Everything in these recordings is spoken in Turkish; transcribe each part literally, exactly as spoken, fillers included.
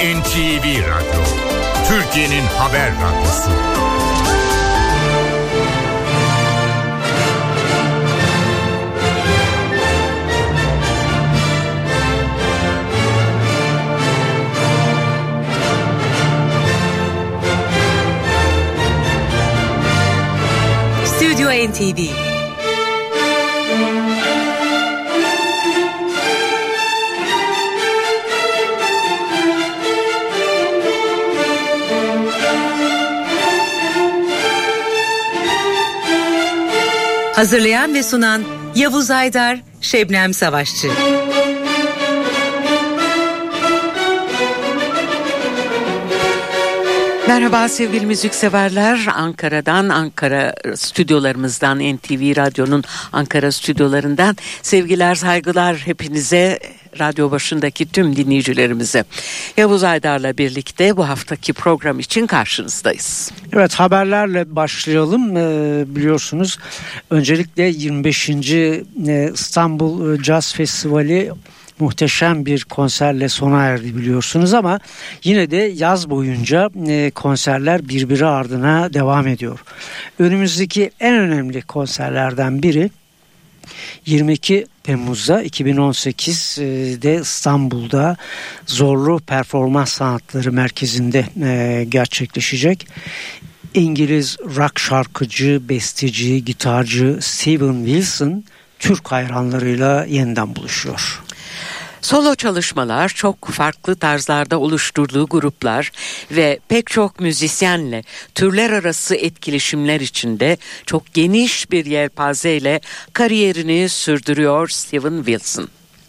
N T V Radyo, Türkiye'nin haber radyosu. Stüdyo N T V. Hazırlayan ve sunan Yavuz Aydar, Şebnem Savaşçı. Merhaba sevgili müzikseverler. Ankara'dan, Ankara stüdyolarımızdan, N T V Radyo'nun Ankara stüdyolarından sevgiler, saygılar hepinize, radyo başındaki tüm dinleyicilerimize. Yavuz Aydar'la birlikte bu haftaki program için karşınızdayız. Evet, haberlerle başlayalım. Ee, biliyorsunuz öncelikle yirmi beşinci İstanbul Jazz Festivali muhteşem bir konserle sona erdi biliyorsunuz, ama yine de yaz boyunca e, konserler birbiri ardına devam ediyor. Önümüzdeki en önemli konserlerden biri yirmi iki Temmuz'da iki bin on sekizde İstanbul'da Zorlu Performans Sanatları Merkezi'nde e, gerçekleşecek. İngiliz rock şarkıcı, besteci, gitarcı Steven Wilson Türk hayranlarıyla yeniden buluşuyor. Solo çalışmalar, çok farklı tarzlarda oluşturduğu gruplar ve pek çok müzisyenle türler arası etkileşimler içinde çok geniş bir yelpazeyle kariyerini sürdürüyor Steven Wilson.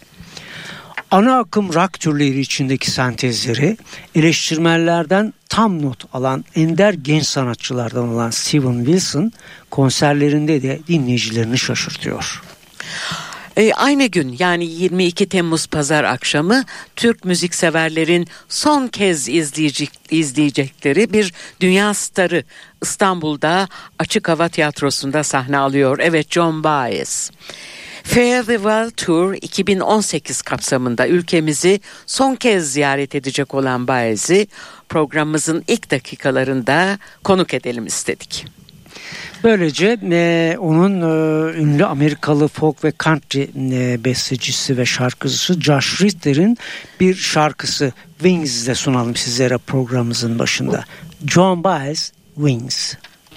Ana akım rock türleri içindeki sentezleri eleştirmenlerden tam not alan ender genç sanatçılardan olan Steven Wilson konserlerinde de dinleyicilerini şaşırtıyor. E, aynı gün, yani yirmi iki Temmuz Pazar akşamı Türk müzikseverlerin son kez izleyecek, izleyecekleri bir dünya starı İstanbul'da Açık Hava Tiyatrosu'nda sahne alıyor. Evet, John Baez. Farewell Tour iki bin on sekiz kapsamında ülkemizi son kez ziyaret edecek olan Baez'i programımızın ilk dakikalarında konuk edelim istedik. Böylece e, onun e, ünlü Amerikalı folk ve country e, bestecisi ve şarkıcısı Josh Ritter'in bir şarkısı Wings ile sunalım sizlere programımızın başında. John Baez, Wings.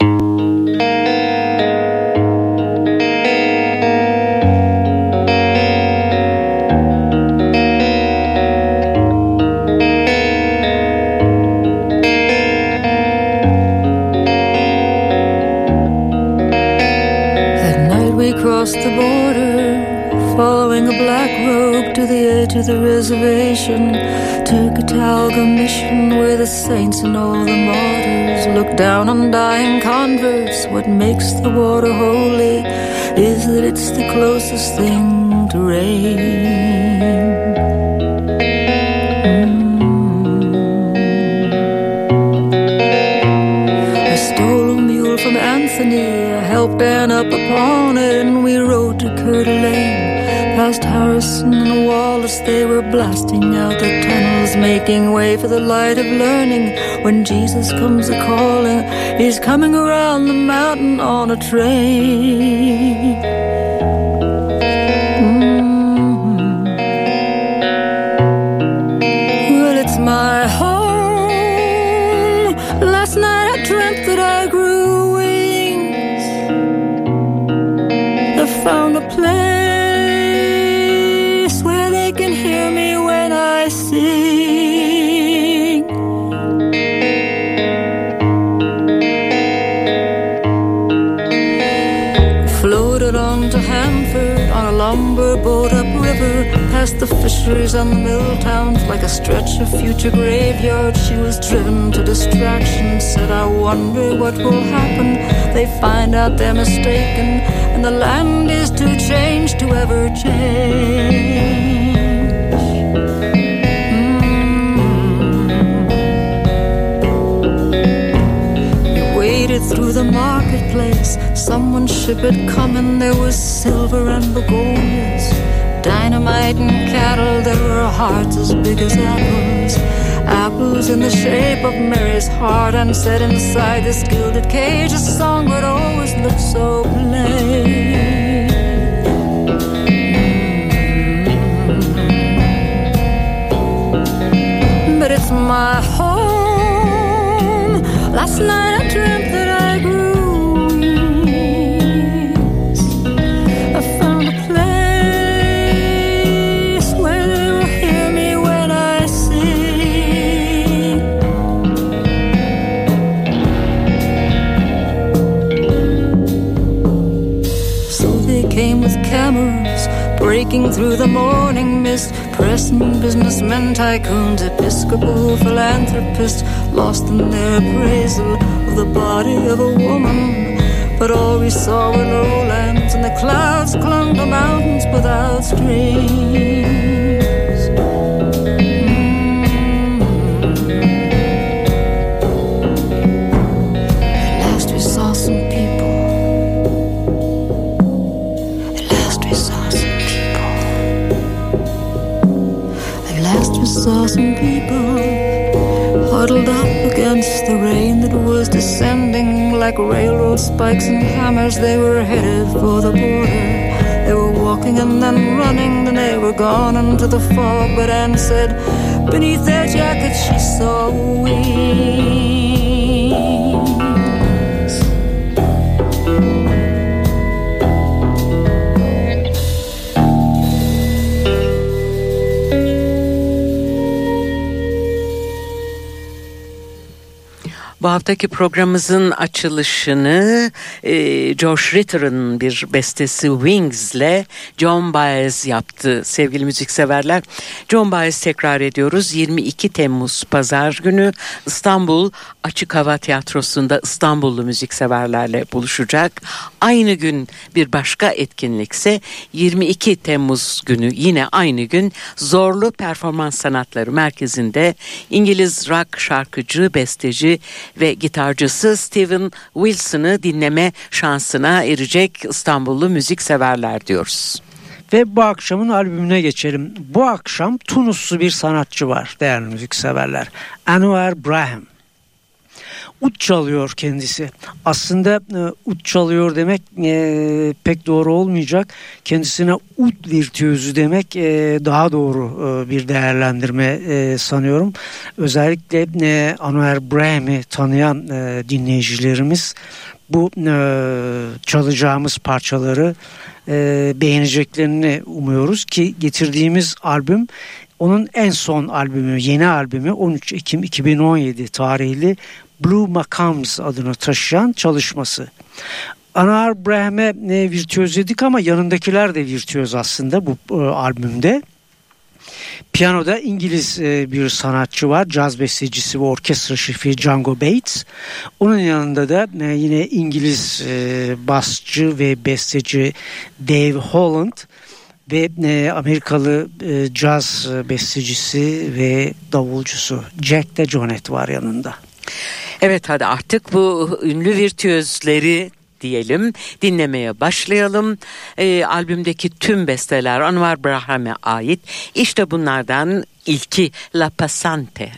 Crossed the border, following a black robe to the edge of the reservation, to Catalga Mission where the saints and all the martyrs look down on dying converts. What makes the water holy is that it's the closest thing to rain. Mm. I stole a mule from Anthony, helped Ann up upon it, and we rode to Coeur d'Alene. Past Harrison and Wallace, they were blasting out the tunnels, making way for the light of learning. When Jesus comes a-calling, he's coming around the mountain on a train. Mm-hmm. Well, it's my home. Last night I dreamt that I grew found a place where they can hear me when I sing. Floated on to Hanford on a lumber boat upriver, past the fisheries and the mill towns, like a stretch of future graveyard. She was driven to distraction, said, I wonder what will happen. They find out they're mistaken, and the land is too changed to ever change. Mm. We waited through the marketplace, someone's ship had come, and there was silver and begonias. dynamite and cattle. There were hearts as big as apples, apples in the shape of Mary's heart. And set inside this gilded cage, a song would always look so plain. Mm-hmm. But it's my home. Last night I dreamt that I grew weeds. I found a place where they will hear me when I sing. So they came with cameras, breaking through the morning mist, pressing businessmen, tycoons, Episcopal philanthropists, lost in their appraisal of the body of a woman. But all we saw were lowlands, and the clouds clung to mountains without strings. Mm-hmm. At last we saw some people. At last we saw some people. At last we saw some people huddled up against the rain that was descending like railroad spikes and hammers. They were headed for the border. They were walking and then running, then they were gone into the fog. But Anne said beneath their jackets she saw wings. Bu haftaki programımızın açılışını e, George Ritter'ın bir bestesi Wings'le John Baez yaptı sevgili müzikseverler. John Baez, tekrar ediyoruz, yirmi iki Temmuz Pazar günü İstanbul Açık Hava Tiyatrosu'nda İstanbullu müzikseverlerle buluşacak. Aynı gün bir başka etkinlikse yirmi iki Temmuz günü yine aynı gün Zorlu Performans Sanatları Merkezi'nde İngiliz rock şarkıcı, besteci ve gitarcısı Steven Wilson'ı dinleme şansına erecek İstanbullu müzikseverler diyoruz. Ve bu akşamın albümüne geçelim. Bu akşam Tunuslu bir sanatçı var değerli müzikseverler. Anouar Brahim. Ut çalıyor kendisi. Aslında e, ut çalıyor demek e, pek doğru olmayacak. Kendisine ut virtüözü demek e, daha doğru e, bir değerlendirme e, sanıyorum. Özellikle e, Anouar Brahim'i tanıyan e, dinleyicilerimiz bu e, çalacağımız parçaları e, beğeneceklerini umuyoruz ki getirdiğimiz albüm onun en son albümü, yeni albümü on üç Ekim iki bin on yedi tarihli Blue Makams adını taşıyan çalışması. Anouar Brahim'e e, virtüöz dedik ama yanındakiler de virtüöz aslında bu e, albümde. Piyanoda İngiliz e, bir sanatçı var, caz bestecisi ve orkestra şefi Django Bates. Onun yanında da e, yine İngiliz e, basçı ve besteci Dave Holland ve e, Amerikalı e, caz bestecisi ve davulcusu Jack DeJohnette var yanında. Evet, hadi artık bu ünlü virtüözleri diyelim, dinlemeye başlayalım. E, albümdeki tüm besteler Anouar Brahim'e ait. İşte bunlardan ilki La Passante.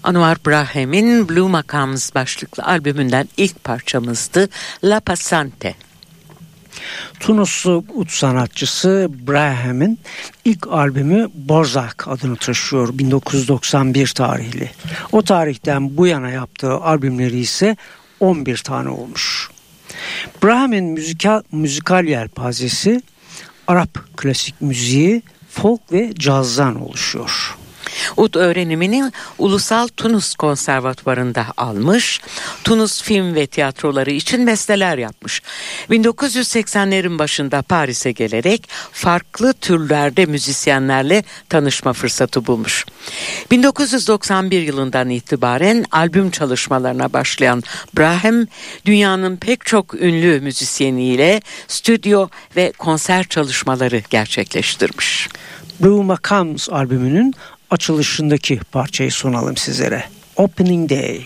Anwar Braham'in Blue Makams başlıklı albümünden ilk parçamızdı La Passante. Tunuslu ut sanatçısı Braham'in ilk albümü Borzak adını taşıyor, bin dokuz yüz doksan bir tarihli. O tarihten bu yana yaptığı albümleri ise on bir tane olmuş. Braham'in müzikal, müzikal yelpazesi Arap klasik müziği, folk ve cazdan oluşuyor. Ud öğrenimini Ulusal Tunus Konservatuvarı'nda almış, Tunus film ve tiyatroları için besteler yapmış. bin dokuz yüz seksenlerin başında Paris'e gelerek farklı türlerde müzisyenlerle tanışma fırsatı bulmuş. bin dokuz yüz doksan bir yılından itibaren albüm çalışmalarına başlayan Braham, dünyanın pek çok ünlü müzisyeniyle stüdyo ve konser çalışmaları gerçekleştirmiş. Blue Makams albümünün açılışındaki parçayı sunalım sizlere. Opening Day.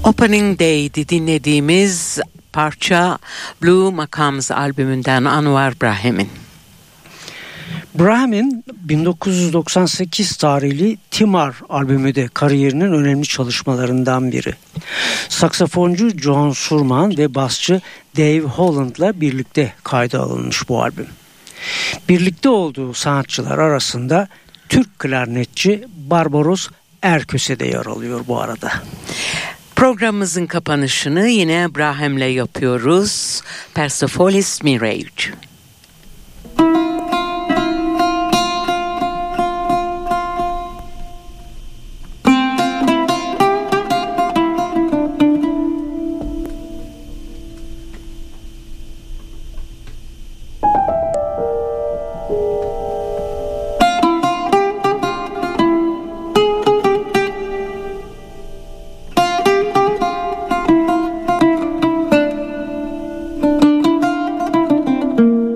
Opening Day'di dinlediğimiz parça Blue Makams albümünden Anwar Brahim'in. Brahim'in bin dokuz yüz doksan sekiz tarihli Timar albümü de kariyerinin önemli çalışmalarından biri. Saksafoncu John Surman ve basçı Dave Holland'la birlikte kayda alınmış bu albüm. Birlikte olduğu sanatçılar arasında Türk klarnetçi Barbaros Erköse de yer alıyor bu arada. Programımızın kapanışını yine Brahim'le yapıyoruz. Persepolis Mirage. Thank you.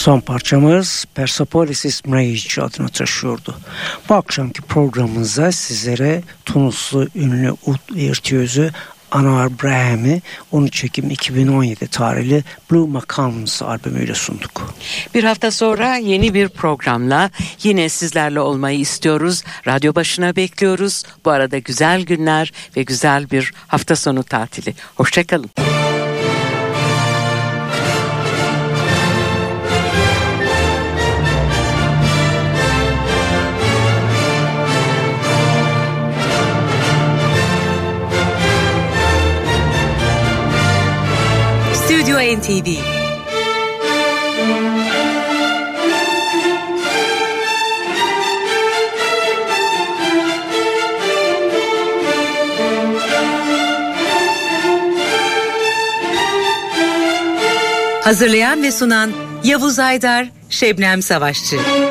Son parçamız Persepolis is Rage adını taşıyordu. Bu akşamki programımızda sizlere Tunuslu ünlü ud virtüözü Anwar Brahim'i onun çekim iki bin on yedi tarihli Blue Makams albümüyle sunduk. Bir hafta sonra yeni bir programla yine sizlerle olmayı istiyoruz. Radyo başına bekliyoruz. Bu arada güzel günler ve güzel bir hafta sonu tatili. Hoşçakalın. Stüdyo N T V. Hazırlayan ve sunan Yavuz Aydar, Şebnem Savaşçı.